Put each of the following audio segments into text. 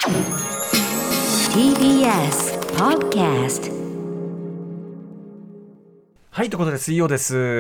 TBS Podcast。 はい、ということで水曜です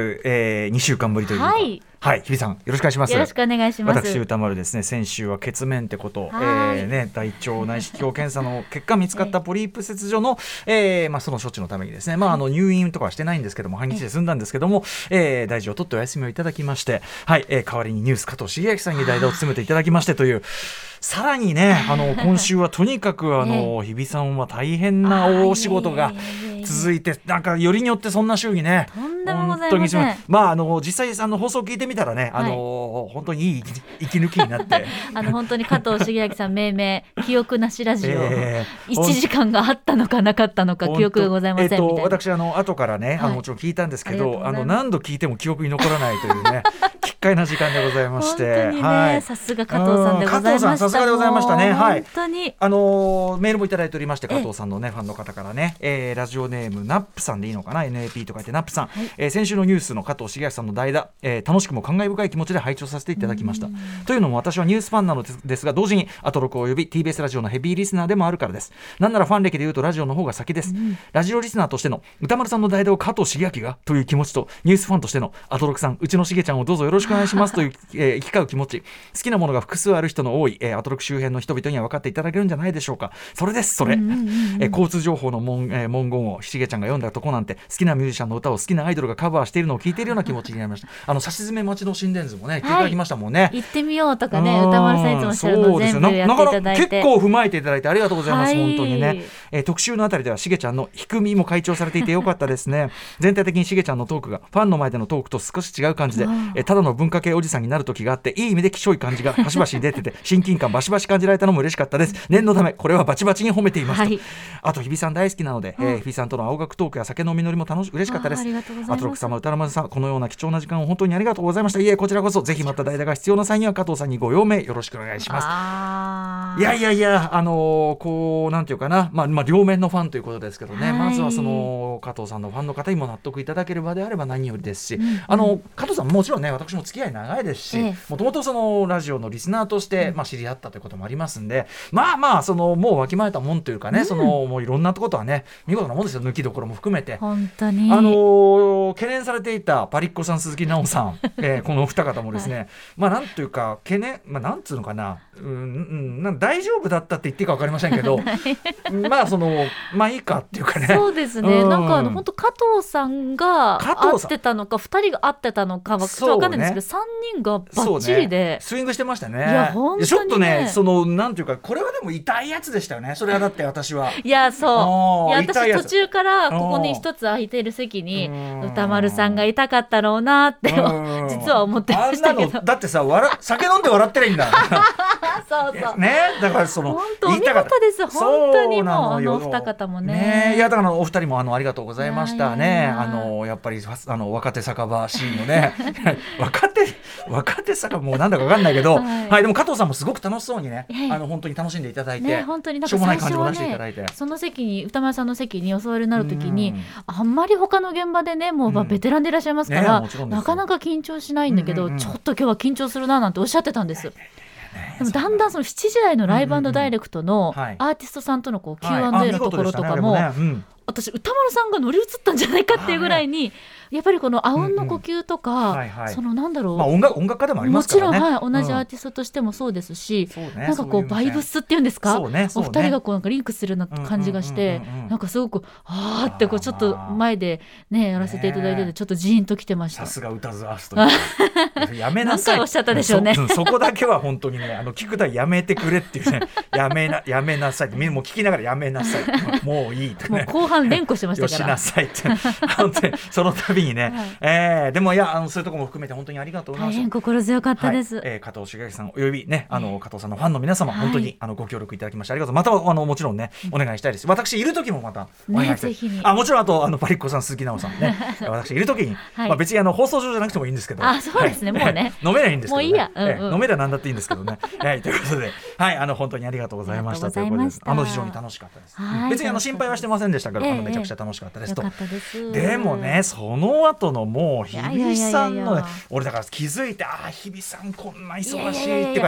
。2週間ぶりというか、はい、日比さんよろしくお願いします。 よろしくお願いします。 私歌丸ですね。先週は血面ってこと、大腸内視鏡検査の結果見つかったポリープ切除の、その処置のためにですね、入院とかはしてないんですけども、半日で済んだんですけども、大事を取ってお休みをいただきまして、はい、代わりにニュース加藤茂明さんに代打を務めていただきましてという、さらにね、今週はとにかく日比さんは大変な大仕事が続いて、なんかよりによってそんな週にね、 とんでもございません。 実際放送聞いてみたらね、本当にいい息抜きになって本当に加藤茂明さん命名記憶なしラジオ、1時間があったのかなかったのか記憶がございませんみたいな。 私後からね、もちろん聞いたんですけど、何度聞いても記憶に残らないというね奇怪な時間でございまして、 本当にね、さすが加藤さんでございました。 加藤さんさすがでございましたね。はい、 本当にメールもいただいておりまして、加藤さんのねファンの方からね、ラジオネームナップさんでいいのかな、 NAP と書いてナップさん、先週のニュースの加藤茂明さんの代打、楽しくも感慨深い気持ちで拝聴させていただきました。というのも私はニュースファンなのですが、同時にアトロクおよび TBS ラジオのヘビーリスナーでもあるからです。なんならファン歴でいうとラジオの方が先です。ラジオリスナーとしての歌丸さんの代打を加藤茂明がという気持ちと、ニュースファンとしてのアトロクさん、うちのしげちゃんをどうぞよろしくお願いしますという、行き交う気持ち、好きなものが複数ある人の多い、アトロク周辺の人々には分かっていただけるんじゃないでしょうか。それです、それ、交通情報の文言をしげちゃんが読んだとこなんて、好きなミュージシャンの歌を好きなアイドルがカバーしているのを聞いているような気持ちになりました。さしずめ町の心電図もね、聞いていただきましたもんね。 行ってみようとかね、歌丸さんいつもおっしゃるの全部やっていただいて、 結構踏まえていただいてありがとうございます、本当にね。特集のあたりではしげちゃんの低みも解消されていてよかったですね。全体的にしげちゃんのトークがファンの前でのトークと少し違う感じで、ただの文化系おじさんになる時があって、いい意味できしょい感じが端々に出てて親近感バシバシ感じられたのも嬉しかったです。念のためこれはバチバチに褒めていますと、あと日比さん大好きなので、日比さんとの青学トークや酒飲み乗りも嬉しかったです。アトロク様、歌丸さん、このような貴重な時間を本当にありがとうございました。いえ、こちらこそ、ぜひまた代打が必要な際には加藤さんにご用命よろしくお願いします。いやこうなんていうかな、両面のファンということですけどね、まずはその加藤さんのファンの方にも納得いただける場であれば何よりですし、加藤さんもちろんね、私も付き合い長いですし、もともとそのラジオのリスナーとして、知り合ったということもありますんで、そのもうわきまえたもんというかね、もういろんなことはね、見事なもんですよ、抜きどころも含めて。 本当に懸念されていたパリッコさん、鈴木奈緒さん、このお二方もですね、なんというか懸念、なんつうのかな、大丈夫だったって言っていいか分かりませんけどいいかっていうかね。 そうですね、なんか本当加藤さんが会ってたのか2人が会ってたのか分かんないんですけど、3人がバッチリで、 スイングしてましたね。 いや本当にね、 ちょっとね、なんていうか、これはでも痛いやつでしたよね。それはだって私はいや私途中からここに一つ空いている席に歌丸さんがいたかったろうなって実は思ってましたけど、 あんなのだってさ、酒飲んで笑ってりゃいいんだそうね、だから本当お見事です。本当にもうお二方もね、 いやだからお二人もありがとうございましたね。やっぱり若手酒場シーンのね若手酒場もうなんだか分かんないけど、でも加藤さんもすごく楽しそうにね、本当に楽しんでいただいて、 本当になんしょうもない感じか最初はも出していただいて、 その席に歌丸さんの席にお座りになるときに、あんまり他の現場でね、もうベテランでいらっしゃいますから、なかなか緊張しないんだけど、ちょっと今日は緊張するななんておっしゃってたんです。でもだんだんその7時台のライブ&ダイレクトのアーティストさんとのQ&A のところとかも、私歌丸さんが乗り移ったんじゃないかっていうぐらいに、やっぱりこのあうんの呼吸とか、そのなんだろう、 音楽家でもありますからね。 もちろん、同じアーティストとしてもそうですし、なんかこうバイブスっていうんですか、お二人がこうなんかリンクするような感じがして、なんかすごくってこうちょっと前でねやらせていただいてて、ちょっとジーンときてました。 さすが歌ずアースというやめなさい。 何回おっしゃったでしょうね。 そこだけは本当にね、聞くたらやめてくれっていうね、やめなさいって、みんなも聞きながらやめなさい、もういいってね、 もう後半連呼してましたからよしなさいって本当にその度にね、でもそういうところも含めて本当にありがとうございます。 大変心強かったです。 加藤茂明さんおよびね、加藤さんのファンの皆様、本当にご協力いただきましてありがとう。またもちろんねお願いしたいです。私いる時もまたお願いしたい。もちろんあとパリッコさん、鈴木奈緒さんね私いる時に、別に放送上じゃなくてもいいんですけど、 そうですね、もうね飲めりゃいいんですけどね、 もういいや、 飲めりゃなんだっていいんですけどねということで、本当にありがとうございましたということです。非常に楽しかったです。別に心配はしてませんでしたけど、めちゃくちゃ楽しかったですと。でもね、その後のもう日比さんのね、俺だから気づいて、日比さんこんな忙しいっていうか、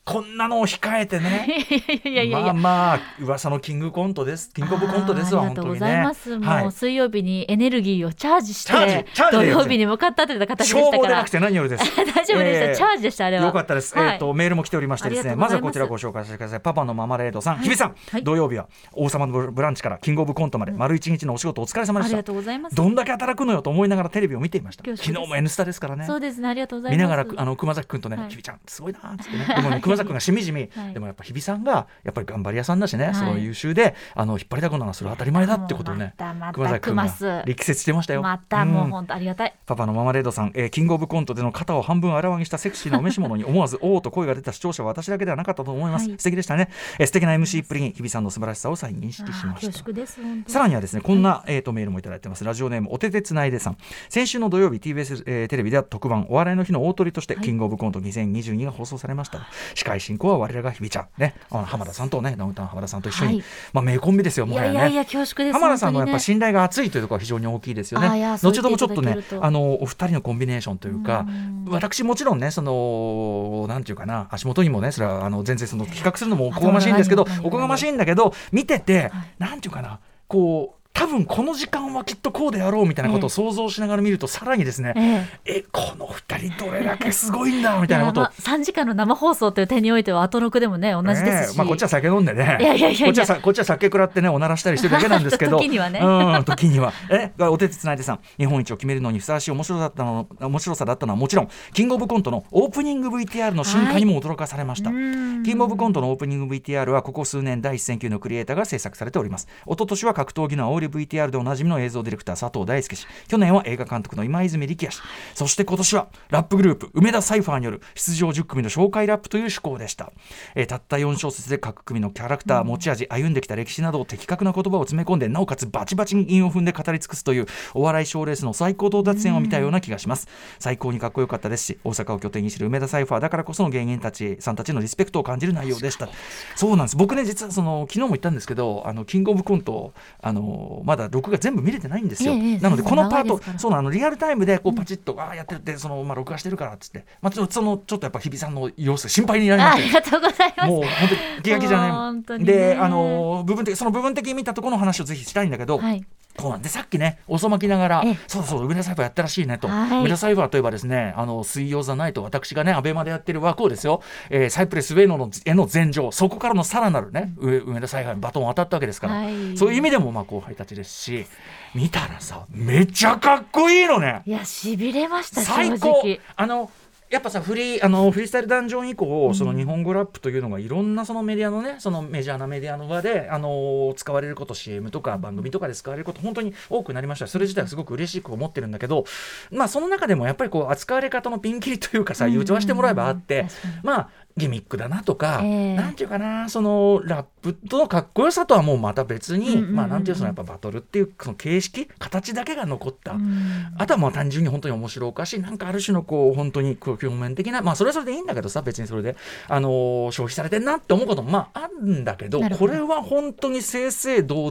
こんなのを控えてねまあ噂のキングオブコントですわ。 ありがとうございます。 本当にね、 もう水曜日にエネルギーをチャージして土曜日に向かったという形でしたから。 消防でなくて何よりです大丈夫でした、チャージでした。あれはよかったです、メールも来ておりましてですね、まずはこちらご紹介してください。パパのママレードさん、日比さん、土曜日は王様のブランチからキングオブコントまで丸一日のお仕事お疲れ様でした。 ありがとうございます。 どんだけ働くのよと思いながらテレビを見ていました。昨日も N スタですからね。 そうですね、ありがとうございます。 見ながら熊崎くんとね、日比ちゃんすごいなーってねでもね熊崎くんがしみじみ、でもやっぱ日比さんがやっぱり頑張り屋さんだしね、その優秀で引っ張りだこなのはそれは当たり前だってことをね、熊崎くんが力説してましたよ。 またもう本当ありがたい。 パパのママレードさん、キングオブコントでの肩を半分あらわにしたセクシーなお召し物に思わずおーと声が出た視聴者は私だけではなかったと思います。素敵でしたね。素敵な MC っぷりに日比さんの素晴らしさを再認識しました。 恐縮です。 さらにはですね、こんな、メールもいただいてます。ラジオネームおててつないでさん、先週の土曜日 TBS、テレビでは特番お笑いの日の大トリとして、キングオブコント2022が放送されました。司会進行は我らが日比ちゃんね、浜田さんとね、ダウンタウン浜田さんと一緒に、名コンビですよ。もはやね、 いや恐縮です。 浜田さんのやっぱ信頼が厚いというところは非常に大きいですよね。後ほどもちょっとね、お二人のコンビネーションというか、私もちろんね、そのなんていうかな、足元にもね、それは全然その比較するのもおこがましいんですけど、おこがましいんだけど、見てて、なんていうかな、こう多分この時間はきっとこうであろうみたいなことを想像しながら見ると、さらにですね、この2人どれだけすごいんだみたいなことを 3時間の生放送という点においてはアトロクでもね同じですし、 こっちは酒飲んでね、こっちは酒食らってねおならしたりしてるだけなんですけど時にはね、 時にはお手つないでさん、日本一を決めるのにふさわしい面白さだったのはもちろん、キングオブコントのオープニング VTR の進化にも驚かされました。キングオブコントのオープニング VTR はここ数年第一線級のクリエイターが制作されております。一昨年は格闘技の煽り VTR でおなじみの映像ディレクター佐藤大輔氏、去年は映画監督の今泉力也氏、そして今年はラップグループ梅田サイファーによる出場10組の紹介ラップという趣向でした。たった4小節で各組のキャラクター、持ち味、歩んできた歴史などを的確な言葉を詰め込んで、なおかつバチバチに韻を踏んで語り尽くすというお笑い賞レースの最高到達戦を見たような気がします。最高にかっこよかったですし、大阪を拠点にしている梅田サイファーだからこその芸人さんたちのリスペクトを感じる内容でした。そうなんです。僕ね、実は昨日も言ったんですけど、キングオブコントまだ録画全部見れてないんですよ。なのでこのパート、そうリアルタイムでこうパチッとやってるって録画してるからっつって、ちょっとやっぱ日比さんの様子心配になりまして、 ありがとうございます。 もう本当に気が気じゃない。で部分的に見たところの話をぜひしたいんだけど、そうなんで、さっきね遅まきながらそう梅田サイファーやったらしいねと、梅田サイファーといえばですね、水曜ザナイト、私がねアベマでやってる枠をですよ、サイプレス上野への前場、そこからのさらなるね梅田サイファーにバトン渡ったわけですから、そういう意味でも後輩たちですし、見たらさめちゃかっこいいのね。 いや痺れました。 最高。やっぱさフリースタイルダンジョン以降、その日本語ラップというのがいろんなそのメディアのね、そのメジャーなメディアの場で使われること、 CM とか番組とかで使われること本当に多くなりました。それ自体はすごく嬉しく思ってるんだけど、その中でもやっぱり扱われ方のピンキリというかさ、言わせてもらえばあって、ギミックだなとか、なんていうかな、そのラップとのかっこよさとはもうまた別に、なんていう、そのやっぱバトルっていうその形式、形だけが残った、あとは単純に本当に面白おかしい、なんかある種の本当に表面的な、それはそれでいいんだけどさ、別にそれで消費されてんなって思うこともあるんだけど、これは本当に正々堂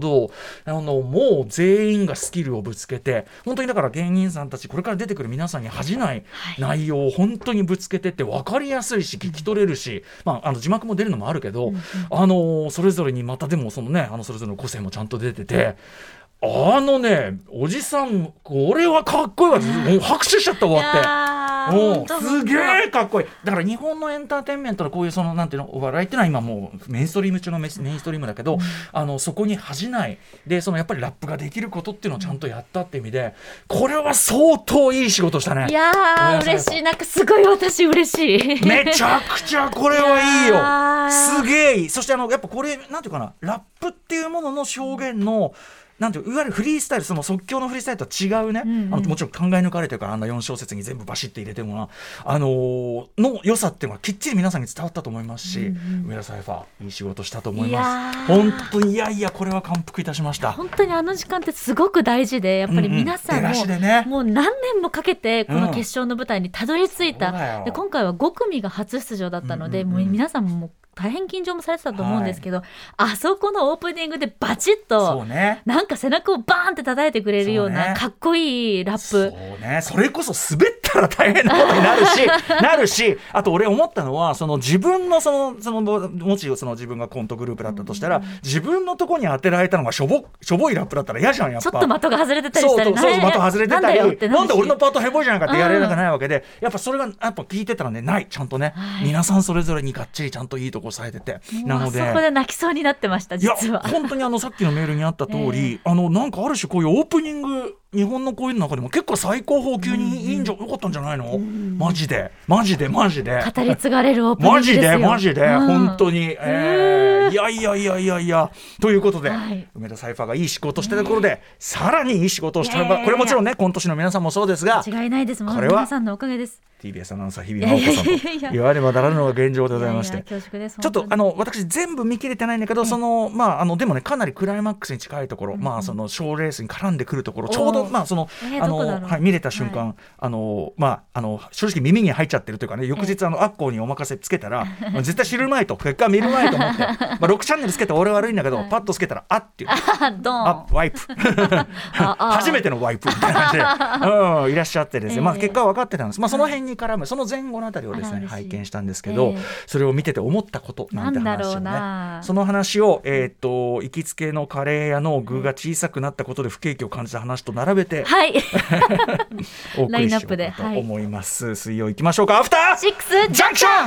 々もう全員がスキルをぶつけて、本当にだから芸人さんたち、これから出てくる皆さんに恥じない内容を本当にぶつけてって分かりやすいし聞き取れるし、字幕も出るのもあるけど、それぞれにまたでもそれぞれの個性もちゃんと出てて、おじさんこれはかっこいいわ、もう拍手しちゃった終わって、すげえかっこいい。だから日本のエンターテインメントのこういうなんていうの、お笑いっていうのは今もうメインストリーム中のメインストリームだけど、そこに恥じないで、やっぱりラップができることっていうのをちゃんとやったって意味で、これは相当いい仕事したね。 いやー嬉しい。なんかすごい私嬉しい。 めちゃくちゃこれはいいよ。すげえいい。そしてやっぱこれなんていうかな、ラップっていうものの表現のなんていういわゆるフリースタイル、その即興のフリースタイルとは違うね、もちろん考え抜かれてるから、4小節に全部バシッて入れてもの良さっていうのはきっちり皆さんに伝わったと思いますし、梅田サイファーいい仕事したと思います。本当にこれは感服いたしました。 本当に時間ってすごく大事で、やっぱり皆さんもう何年もかけてこの決勝の舞台にたどり着いた、で今回は5組が初出場だったので、もう皆さんも大変緊張もされてたと思うんですけど、あそこのオープニングでバチッと、なんか背中をバーンって叩いてくれるようなかっこいいラップ、 それこそ滑ったたら大変なことになるしあと俺思ったのはその自分のもしその自分がコントグループだったとしたら、自分のとこに当てられたのがしょぼいラップだったら嫌じゃん。やっぱちょっと的が外れてたりしたら、 そう的外れてたりなんで俺のパートヘボいじゃないかってやれなくないわけで、やっぱそれがやっぱ聞いてたらね、ないちゃんとね、皆さんそれぞれにがっちりちゃんといいとこされてて、なのでそこで泣きそうになってました実は。 いや本当にさっきのメールにあった通り、なんかある種こういうオープニング、日本のこういうの中でも結構最高峰級にいいんじゃよかったんじゃないの。マジで語り継がれるオープニングですよ。 マジで本当に、いやということで、梅田サイファーがいい仕事してたところで、さらにいい仕事をしたこれもちろんね、今年の皆さんもそうですが、 違いないです。もう皆さんのおかげです。 TBS アナウンサー日比真央子さんと言わねばならぬのが現状でございまして、ちょっと私全部見切れてないんだけど、でもねかなりクライマックスに近いところ、その賞レースに絡んでくるところ、ちょうど見れた瞬間、正直耳に入っちゃってるというかね、翌日アッコーにお任せつけたら絶対知る前と結果見る前と思って6チャンネルつけて俺悪いんだけど、パッとつけたらっていうワイプ初めてのワイプみたいな感じでいらっしゃってですね、結果は分かってたんです。その辺に絡むその前後のあたりをですね拝見したんですけど、それを見てて思ったことなんて話をね、その話を行きつけのカレー屋の具が小さくなったことで不景気を感じた話と並べて、お送りしようかと思います。水曜行きましょうか。アフターシックスジャンクション。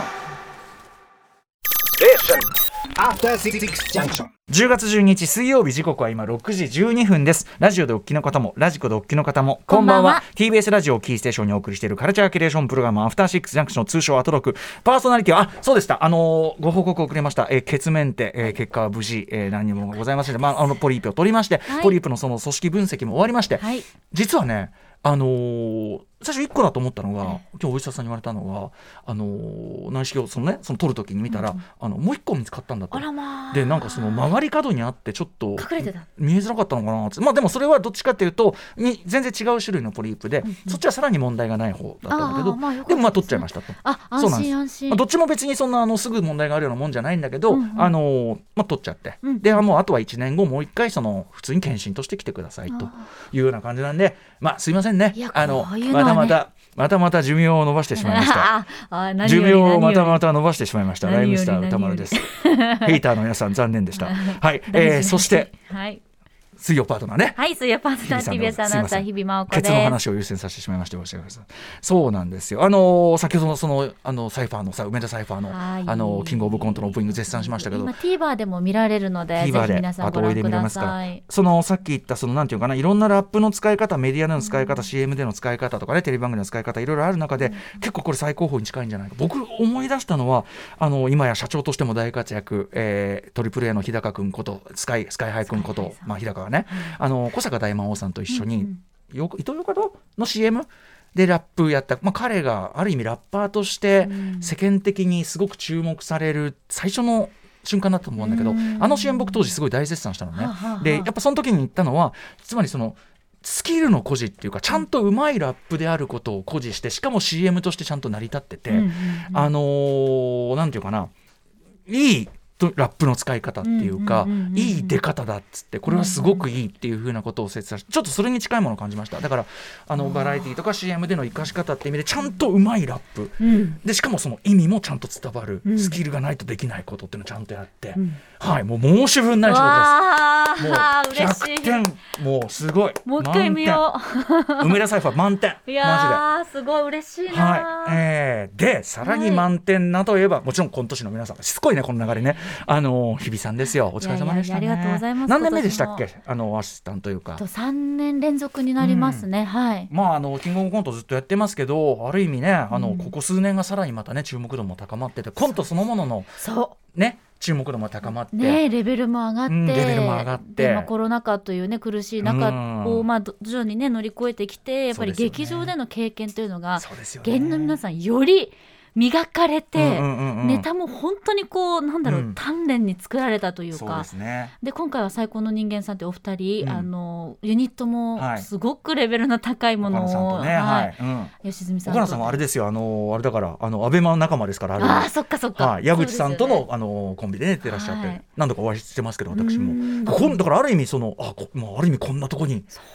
10月12日水曜日、時刻は今6時12分です。ラジオでお聞きの方もラジコでお聞きの方もこんばんは。 TBS ラジオをキーステーションにお送りしているカルチャーキュレーションプログラムアフターシックスジャンクション、通称アトロク。パーソナリティはそうでした、ご報告をくれました、血メンテ、結果は無事、何もございませんで、ポリープを取りまして、ポリープのその組織分析も終わりまして、実はね最初1個だと思ったのが、今日お医者さんに言われたのが、内視鏡その取る時に見たら、もう1個見つかったんだと。でなんかその曲がり角にあってちょっと隠れてた、 見えづらかったのかなって。でもそれはどっちかっていうと全然違う種類のポリープで、そっちはさらに問題がない方だったんだけど、でも取っちゃいましたと。 安心安心。 どっちも別にそんなすぐ問題があるようなもんじゃないんだけど、取っちゃって、でもうあとは1年後もう一回普通に検診として来てくださいというような感じなんで、すいませんね、またまた寿命を伸ばしてしまいました寿命をまた伸ばしてしまいました。ライムスター歌丸です。ヘイターの皆さん残念でした。そして、水曜パートナーね。 水曜パートナー TBS アナウンサー日比真央子です。 ケツの話を優先させてしまいまして、そうなんですよ。先ほどのサイファーの梅田サイファーのキングオブコントのオープニング絶賛しましたけど、 今 TVer でも見られるので、ぜひ皆さんご覧ください。 さっき言ったなんていうかな、いろんなラップの使い方、メディアでの使い方、CM での使い方とかね、テレビ番組の使い方、いろいろある中で、結構これ最高峰に近いんじゃないか。僕思い出したのは今や社長としても大活躍、トリプル A の日高君ことスカイハイ君こと、日高がね、小坂大魔王さんと一緒に、伊藤洋華堂の CM でラップやった、彼がある意味ラッパーとして世間的にすごく注目される最初の瞬間だと思うんだけど、CM 僕当時すごい大絶賛したのね。でやっぱその時に言ったのは、つまりスキルの誇示っていうか、ちゃんとうまいラップであることを誇示して、しかも CM としてちゃんと成り立ってて、なんていうかな、いいラップの使い方っていうか、いい出方だっつって、これはすごくいいっていう風なことを説明して、ちょっとそれに近いものを感じました。だからバラエティとか CM での生かし方って意味で、ちゃんとうまいラップ、でしかもその意味もちゃんと伝わる、スキルがないとできないことっていうのをちゃんとやって、もう申し分ない仕事です。もう100点、もうすごい、 もう一回見よう。梅田サイファー満点。 いやーすごい嬉しいな。 でさらに満点なといえば、もちろん今年の皆さん、しつこいねこの流れね、日比さんですよ。お疲れ様でしたね。 ありがとうございます。 何年目でしたっけ、アシスタントというか。 3年連続になりますね。 キングオブコントずっとやってますけど、ある意味ね、ここ数年がさらにまたね注目度も高まってて、コントそのもののね注目度も高まって、 レベルも上がって、でコロナ禍というね苦しい中を徐々にね乗り越えてきて、やっぱり劇場での経験というのが芸人の皆さんより磨かれて、ネタも本当に鍛錬に作られたというか、で今回は最高の人間さんってお二人、ユニットもすごくレベルの高いものを、吉住さんと、 岡野さんはあれですよ、あれだからアベマ仲間ですから、 そっかそっか、 矢口さんとのコンビでねてらっしゃって、何度かお会いしてますけど、私もだからある意味ある意味こんなとこに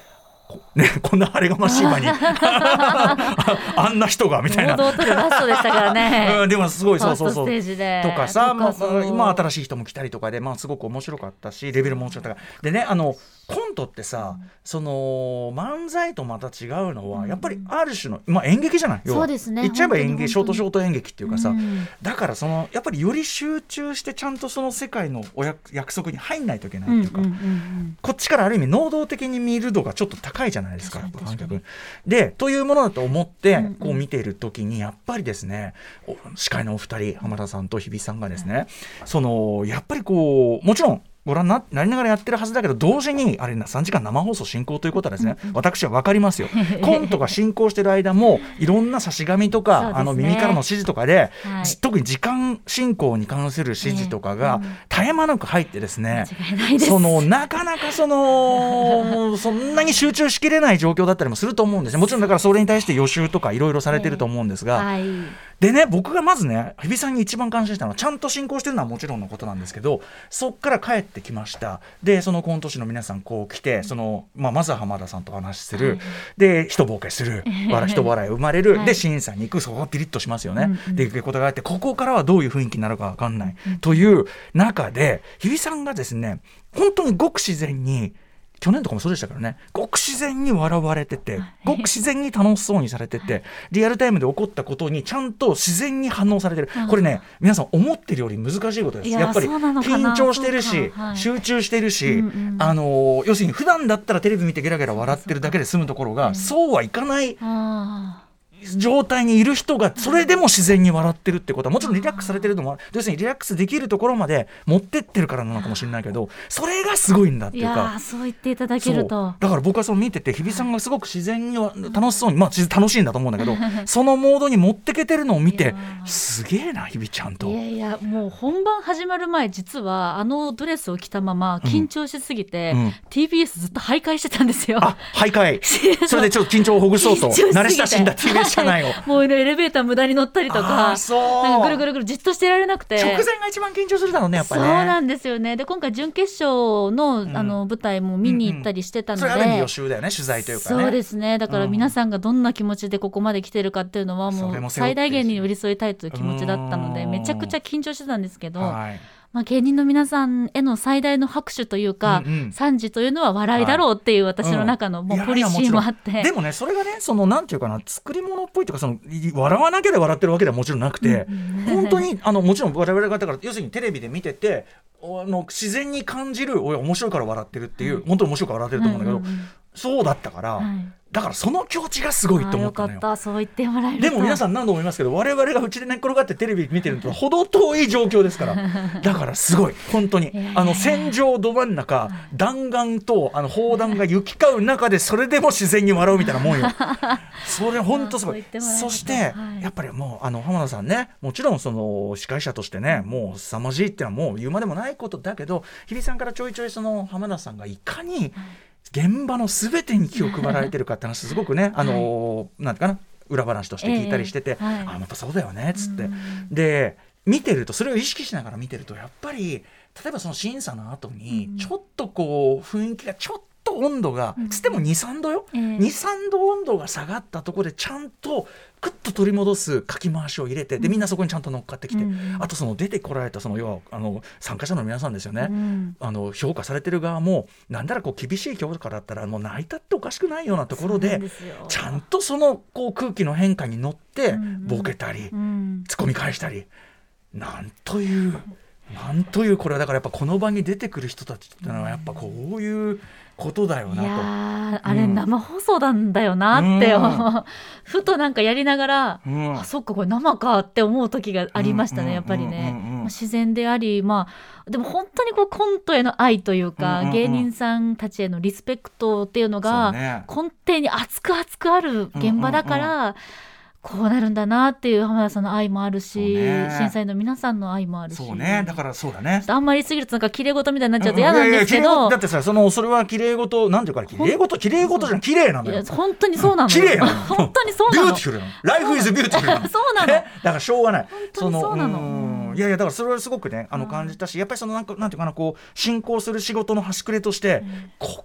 こんな晴れがましい場にあんな人がみたいな堂々とるラストでしたからねでもすごいそうファーストステージでとかさ、 とか新しい人も来たりとかで、すごく面白かったしレベルも面白かったでね、コントってさ、その漫才とまた違うのは、やっぱりある種の、演劇じゃない、要はそうですね、 言っちゃえば演劇、ショート演劇っていうかさ、 うん、 だからやっぱりより集中してちゃんとその世界の約束に入んないといけないっていうか、こっちからある意味能動的に見る度がちょっと高いじゃないですか、観客でというものだと思ってこう見ている時に、やっぱりですね、司会のお二人浜田さんと日比さんがですね、やっぱりこうもちろんご覧になりながらやってるはずだけど、同時にあれ3時間生放送進行ということはですね、私は分かりますよコントが進行してる間もいろんな差し紙とか、耳からの指示とかで、特に時間進行に関する指示とかが絶え間なく入ってですね、なかなかそんなに集中しきれない状況だったりもすると思うんですね。もちろんだからそれに対して予習とかいろいろされてると思うんですが、でね、僕がまずね日比さんに一番感心したのは、ちゃんと進行してるのはもちろんのことなんですけど、そっから帰ってきました。でそのコント師の皆さんこう来て、まずは浜田さんとお話しする、で一ボケする、一笑い生まれる、で審査に行く、そこがピリッとしますよね、でいうことがあって、ここからはどういう雰囲気になるか分かんない、という中で日比さんがですね、本当にごく自然に、去年とかもそうでしたからね、ごく自然に笑われてて、ごく自然に楽しそうにされてて、リアルタイムで起こったことにちゃんと自然に反応されてる。これね、皆さん思ってるより難しいことです。やっぱり緊張してるし、集中してるし、要するに普段だったらテレビ見てゲラゲラ笑ってるだけで済むところが、そうはいかない状態にいる人がそれでも自然に笑ってるってことは、もちろんリラックスされてるのも、要するにリラックスできるところまで持ってってるからなのかもしれないけど、それがすごいんだっていうか、 そう言っていただけると、 だから僕は見てて、日比さんがすごく自然に楽しそうに、楽しいんだと思うんだけどそのモードに持ってけてるのを見て、すげえな日比ちゃんと。 もう本番始まる前、実はドレスを着たまま緊張しすぎて、TBS ずっと徘徊してたんですよ。 徘徊それでちょっと緊張をほぐそうと慣れ親しんだ TBS社内を、 もうエレベーター無駄に乗ったりとか、なんかぐるぐるぐるじっとしてられなくて、 直前が一番緊張するだろうね、やっぱりね。 そうなんですよね。で今回準決勝の、舞台も見に行ったりしてたので、 それある意味予習だよね、取材というかね。 そうですね。だから皆さんがどんな気持ちでここまで来てるかっていうのは、もう最大限に寄り添いたいという気持ちだったので、めちゃくちゃ緊張してたんですけど、芸人の皆さんへの最大の拍手というか、賛辞というのは笑いだろうっていう私の中のもうポリシーもあって、 でもね、それがね、なんていうかな、作り物っぽいというか、笑わなきゃで笑ってるわけではもちろんなくて、本当にもちろん我々がだから、要するにテレビで見てて自然に感じる、面白いから笑ってるっていう、本当に面白いから笑ってると思うんだけど、そうだったから、だからその境地がすごいと思ったのよ。 よかった、そう言ってもらえると。 でも皆さん何度も言いますけど、我々がうちで寝っ転がってテレビ見てるのとほど遠い状況ですからだからすごい本当に戦場ど真ん中、弾丸と砲弾が行き交う中でそれでも自然に笑うみたいなもんよそれ本当すごい。そしてやっぱりもう浜田さんね、もちろん司会者としてね、もう凄まじいっていうのはもう言うまでもないことだけど、日比さんからちょいちょい浜田さんがいかに現場のすべてに気を配られてるかって話すごくね、なんていうかな、裏話として聞いたりしてて、やっぱそうだよねっつって、で見てると、それを意識しながら見てると、やっぱり例えばその審査の後にちょっとこう雰囲気がちょっと温度がつっても 2,3 度よ、2,3 度温度が下がったところでちゃんとクッと取り戻すかき回しを入れて、でみんなそこにちゃんと乗っかってきて、あと出てこられた要は参加者の皆さんですよね、評価されてる側もなんだらこう厳しい評価だったらもう泣いたっておかしくないようなところで、ちゃんとこう空気の変化に乗ってボケたり、突っ込み返したり、なんというこれはだからやっぱこの場に出てくる人たちってのはやっぱこういうことだよなと。 いやあれ生放送なんだよなって、ふとなんかやりながら、あ、そっかこれ生かって思う時がありましたね、やっぱりね。自然であり、でも本当にこうコントへの愛というか、芸人さんたちへのリスペクトっていうのが根底に熱くある現場だから、こうなるんだなっていう浜田さんの愛もあるし、審査員の皆さんの愛もあるし、そうね、 だからそうだね、 あんまり過ぎるとなんか綺麗事みたいになっちゃうと嫌なんですけど、 だってさ、それは綺麗事なんていうか、綺麗事じゃん、綺麗なのよ。 本当にそうなの。綺麗なの。本当にそうなの。 ビューティフルなの。ライフイズビューティフルなの。 そうなの。 だからしょうがない。 本当にそうなの。 いやだからそれはすごくね感じたし、やっぱりなんていうかな、こう進行する仕事の端くれとして、こ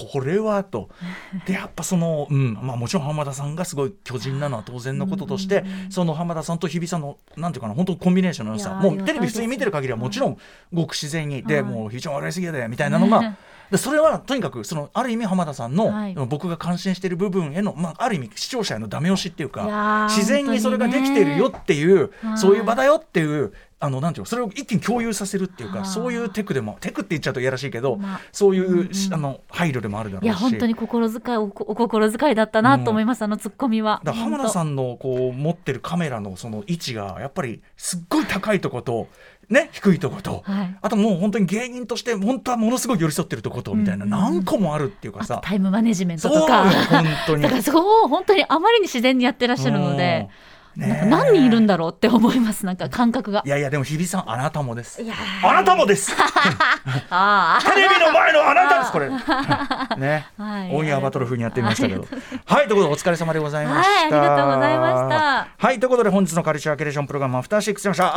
これはとでやっぱその、もちろん浜田さんがすごい巨人なのは当然のこととして、その浜田さんと日比さんのなんていうかな本当コンビネーションの良さ、もうテレビ普通に見てる限りはもちろんごく自然にで、もう日比ちゃん笑いすぎやでみたいなのがでそれはとにかくそのある意味浜田さんの、僕が感心している部分への、ある意味視聴者へのダメ押しっていうか、自然にそれができているよっていう、そういう場だよっていうなんていうのそれを一気に共有させるっていうか、そういうテクって言っちゃうといやらしいけど、そういう、配慮でもあるだろうし、 いや本当にお心遣いだったなと思います、ツッコミは。 だから浜田さんのこう持ってるカメラのその位置がやっぱりすっごい高いとことね、低いとこと、あともう本当に芸人として本当はものすごい寄り添ってるとことみたいな、何個もあるっていうかさ、 タイムマネジメントとか本当にだからそこを本当にあまりに自然にやってらっしゃるので、なんか何人いるんだろうって思います、なんか感覚が。 いやでも日比さんあなたもです、あなたもですテレビの前のあなたですこれね、オンエアバトル風にやってみましたけどはい、ということでお疲れ様でございました。 ありがとうございました。 はい、ということで本日のカルチャーキュレーションプログラムアフターシックスしました。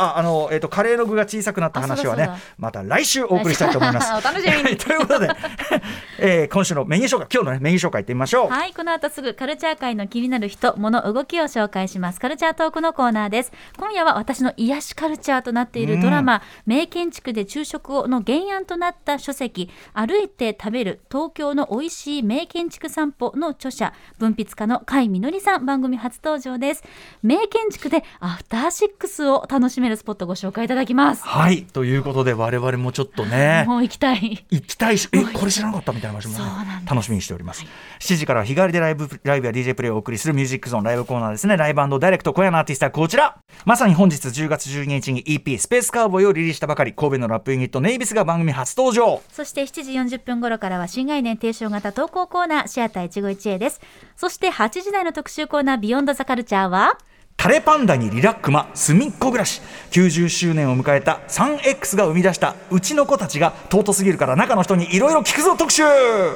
カレーの具が小さくなった話はねまた来週お送りしたいと思いますお楽しみにということで、今週のメニュー紹介、今日の、メニュー紹介いってみましょう。 はい、この後すぐカルチャー界の気になる人物動きを紹介します。カルチャートークのコーナーです。今夜は私の癒しカルチャーとなっているドラマ、名建築で昼食をの原案となった書籍、歩いて食べる東京の美味しい名建築散歩の著者、文筆家の甲斐みのりさん、番組初登場です。名建築でアフターシックスを楽しめるスポットをご紹介いただきます。 はい、ということで我々もちょっとねもう行きたいし、これ知らなかったみたいな場所も、楽しみにしております。7時から日替わりでライブや DJ プレイをお送りするミュージックゾーンライブコーナーですね。ライブ&ダイレクト、今夜のアーティストはこちら。まさに本日10月12日に EP スペースカウボーイをリリースしたばかり、神戸のラップユニットネイビスが番組初登場。 そして7時40分頃からは新概念提唱型投稿コーナー、シアター一期一会です。そして8時台の特集コーナー、ビヨンドザカルチャーはタレパンダにリラックマ隅っこ暮らし、90周年を迎えた 3X が生み出したうちの子たちが尊すぎるから中の人にいろいろ聞くぞ特集。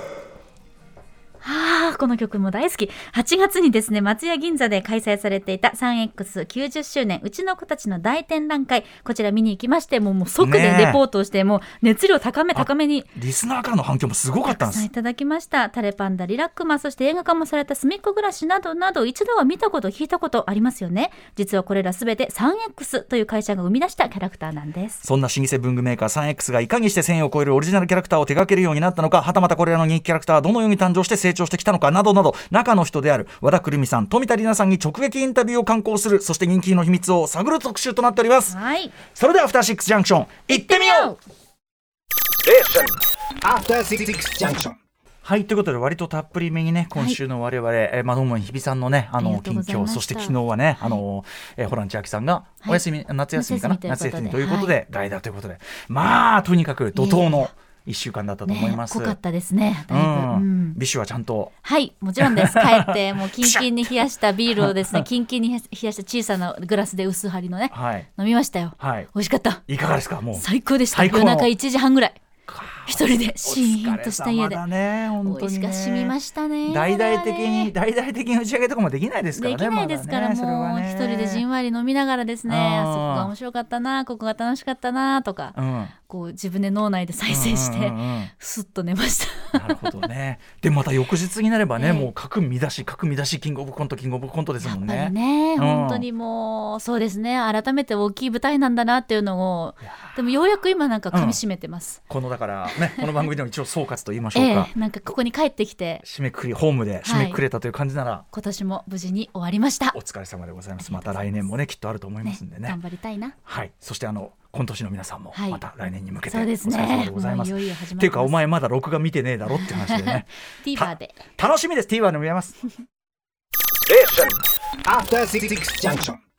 この曲も大好き。8月にですね、松屋銀座で開催されていた 3X90 周年うちの子たちの大展覧会、こちら見に行きまして、もう即でレポートをして、もう熱量高めにリスナーからの反響もすごかったんです。 いただきました。タレパンダ、リラックマ、そして映画化もされた隅っこ暮らしなどなど、一度は見たこと聞いたことありますよね。実はこれらすべて 3X という会社が生み出したキャラクターなんです。 そんな老舗文具メーカー 3X がいかにして1000を超えるオリジナルキャラクターを手掛けるようになったのか、はたまたこれらの人気キャラクターはどのように誕生して成長してきたのかなどなど、中の人である和田くるみさん、富田里奈さんに直撃インタビューを敢行する、そして人気の秘密を探る特集となっております。 はい、 それではアフターシックスジャンクション行ってみよう。アフターシックスジャンクション。はい、ということで割とたっぷりめにね、今週の我々、主に日比さんのね近況、そして昨日はねホラン千秋さんがお休み、夏休みかな、夏休みということで、代打ということで、とにかく怒涛の1週間だったと思います。 濃かったですね、だいぶ。 ビシュはちゃんと、 はい、もちろんです。帰ってもうキンキンに冷やしたビールをですねキンキンに冷やした小さなグラスで薄張りのね、飲みましたよ。美味しかった。 いかがですか。もう最高でした。夜中1時半ぐらい一人でシーンとした家で、美味しかしみましたね。 大々的に打ち上げとかもできないですからね。 できないですから、もう一人でじんわり飲みながらですね、あそこが面白かったな、ここが楽しかったなとか、こう自分で脳内で再生してスッと寝ました。 なるほどね。でまた翌日になればね、もう各見出しキングオブコントですもんね。 やっぱりね、本当にもうそうですね、改めて大きい舞台なんだなっていうのを、でもようやく今なんか噛み締めてます。 このだからね、この番組でも一応総括と言いましょうか。 なんかここに帰ってきてホームで締めくくれたという感じなら、 今年も無事に終わりました。 お疲れ様でございます。また来年もねきっとあると思いますんでね、 頑張りたいな。 はい、そして今年の皆さんもまた来年に向けてお疲れ様でございます。 そうですね、もういよいよ始まります。 っていうかお前まだ録画見てねえだろって話でね TVer で楽しみです。 TVer で見れます。 After 66 junction